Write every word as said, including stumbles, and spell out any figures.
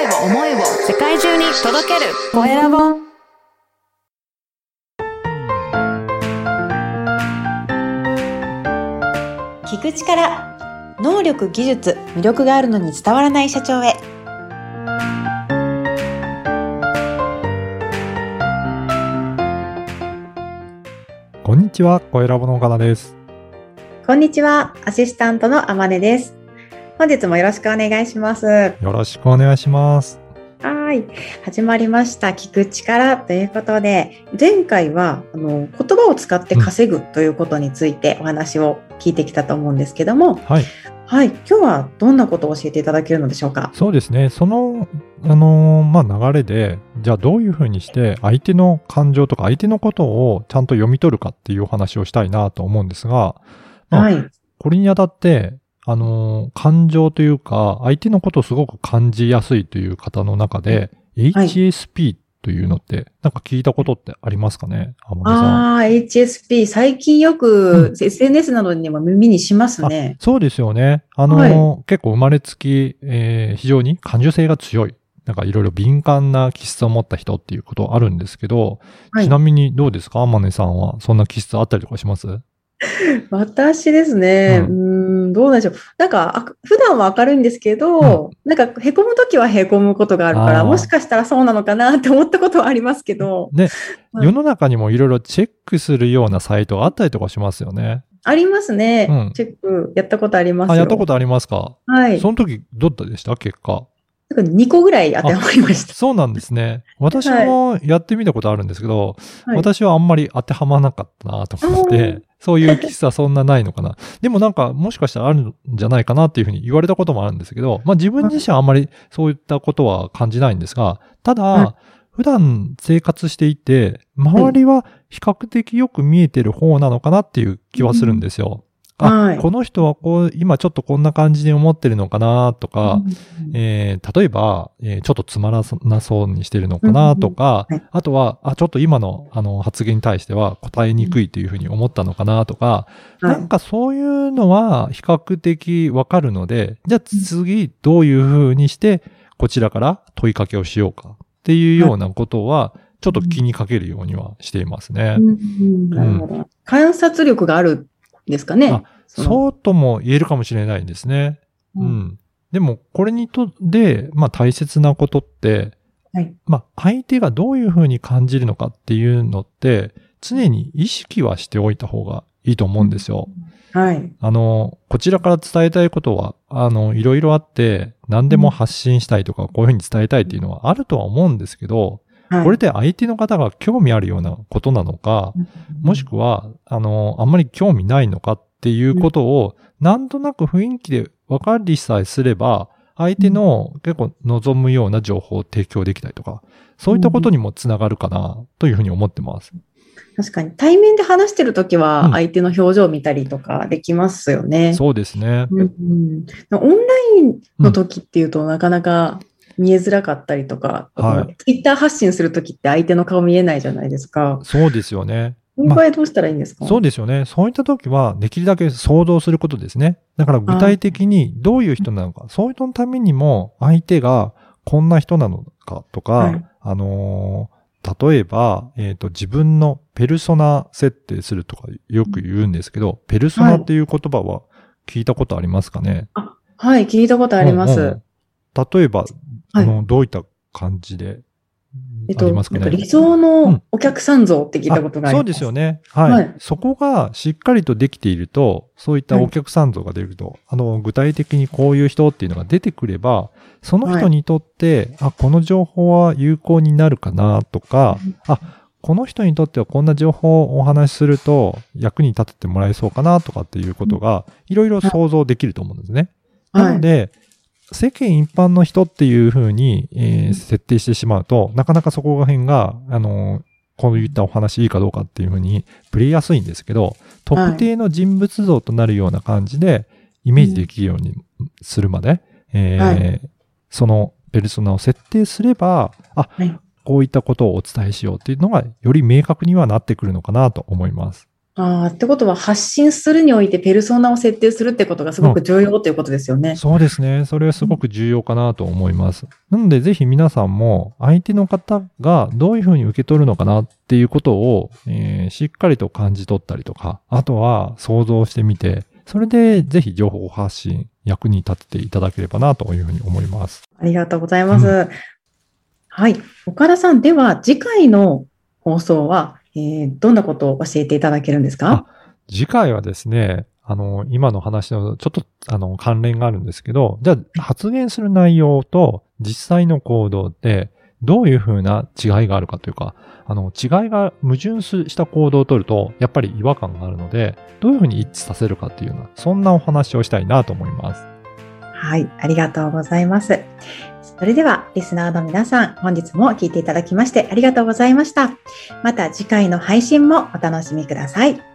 を思いを世界中に届けるコエラボ。 聞く力、能力、技術、魅力があるのに伝わらない社長へ。 こんにちは、コエラボの岡田です。 こんにちは、アシスタントの天音です。本日もよろしくお願いします。 よろしくお願いします。 はい、始まりました聞く力ということで、前回はあの言葉を使って稼ぐということについてお話を聞いてきたと思うんですけども、 はい、 はい、今日はどんなことを教えていただけるのでしょうか。 そうですね、その、あのーまあ、流れで、じゃあどういうふうにして相手の感情とか相手のことをちゃんと読み取るかっていうお話をしたいなと思うんですが、まあはい、 これにあたって、あのー感情というか、相手のことをすごく感じやすいという方の中で、 はい、 エイチエスピー というのって、なんか聞いたことってありますかね、天音さん。 ああ、エイチエスピー、最近よく エスエヌエス などにも耳にしますね。 そうですよね。あのーはい、 結構生まれつき、えー非常に感受性が強い。なんかいろいろ敏感な気質を持った人っていうことあるんですけど、 はい、 ちなみにどうですか、天音さんは。そんな気質あったりとかします？ 私ですね、 ううーん、どうなんでしょう。なんか、あ普段は明るいんですけど、なんか、へこむときはへこむことがあるから、 あーもしかしたらそうなのかなって思ったことはありますけど、 で、 はい世の中にもいろいろチェックするようなサイトがあったりとかしますよね。 ありますね。 うんチェックやったことありますよ。 あ、やったことありますか？ はい。 その時どうでした結果？ にこぐらい当てはまりました。 そうなんですね。私もやってみたことあるんですけど、 はい、 私はあんまり当てはまらなかったなと思って、そういう気質はそんなないのかな。でもなんかもしかしたらあるんじゃないかなっていうふうに言われたこともあるんですけど、まあ自分自身はあんまりそういったことは感じないんですが、ただ、 はい、 普段生活していて、周りは比較的よく見えてる方なのかなっていう気はするんですよ。あ、 はい、 この人はこう、今ちょっとこんな感じで思ってるのかなとか、 うんえー、例えば、えー、ちょっとつまらなそうにしてるのかなとか、 うんはい、 あとは、あ、ちょっと今のあの発言に対しては答えにくいというふうに思ったのかなとか、 はい、 なんかそういうのは比較的わかるので、じゃあ次どういうふうにしてこちらから問いかけをしようかっていうようなことは、ちょっと気にかけるようにはしていますね。 うんうん、なるほど、うん。観察力があるですかね。 あ、そうとも言えるかもしれないですね。うん。うん、でも、これにとで、まあ大切なことって、 はい、 まあ相手がどういうふうに感じるのかっていうのって、常に意識はしておいた方がいいと思うんですよ。 うん、はい。 あの、こちらから伝えたいことは、あの、いろいろあって、何でも発信したいとか、こういうふうに伝えたいっていうのはあるとは思うんですけど、はい、これって相手の方が興味あるようなことなのか、もしくは、あの、あんまり興味ないのかっていうことを、なんとなく雰囲気で分かりさえすれば、相手の結構望むような情報を提供できたりとか、そういったことにもつながるかな、というふうに思ってます。 確かに、対面で話してるときは、相手の表情を見たりとかできますよね。 うん、そうですね、 うんうん。オンラインの時っていうと、なかなか、見えづらかったりとか、はい、ツイッター発信するときって相手の顔見えないじゃないですか。 そうですよね。 この場合どうしたらいいんですか？ まあ、そうですよね。そういったときは、できるだけ想像することですね。だから具体的にどういう人なのか、そういう人のためにも相手がこんな人なのかとか、はい、あのー、例えば、えっと、自分のペルソナ設定するとかよく言うんですけど、ペルソナっていう言葉は聞いたことありますかね？ あ、はい、聞いたことあります。うんうん、 例えば、あの、はい、どういった感じでありますかね。 えっと、理想のお客さん像って聞いたことがあります。 うん、そうですよね。はい、はい。そこがしっかりとできていると、そういったお客さん像が出ると、はい、あの、具体的にこういう人っていうのが出てくれば、その人にとって、はい、あ、この情報は有効になるかなとか、うん、あ、この人にとってはこんな情報をお話しすると役に立ててもらえそうかなとかっていうことが、いろいろ想像できると思うんですね。はい、なので、世間一般の人っていう風に、えー、設定してしまうと、なかなかそこら辺が、あのー、こういったお話いいかどうかっていう風にブレやすいんですけど、特定の人物像となるような感じでイメージできるようにするまで、えーはい、そのペルソナを設定すれば、あ、はい、こういったことをお伝えしようっていうのがより明確にはなってくるのかなと思います。 ああ、ってことは発信するにおいてペルソナを設定するってことがすごく重要ということですよね。 そうですね。それはすごく重要かなと思います。なのでぜひ皆さんも相手の方がどういうふうに受け取るのかなっていうことを、えーしっかりと感じ取ったりとか、あとは想像してみて、それでぜひ情報発信役に立てていただければなというふうに思います。 ありがとうございます。 うん、 はい。岡田さん、では次回の放送は、えーどんなことを教えていただけるんですか？ 次回はですね、あの、今の話のちょっと、あの、関連があるんですけど、じゃあ、発言する内容と実際の行動ってどういうふうな違いがあるかというか、あの、違いが矛盾した行動を取ると、やっぱり違和感があるので、どういうふうに一致させるかっていうような、そんなお話をしたいなと思います。 はい。ありがとうございます。それでは、リスナーの皆さん、本日も聞いていただきましてありがとうございました。また次回の配信もお楽しみください。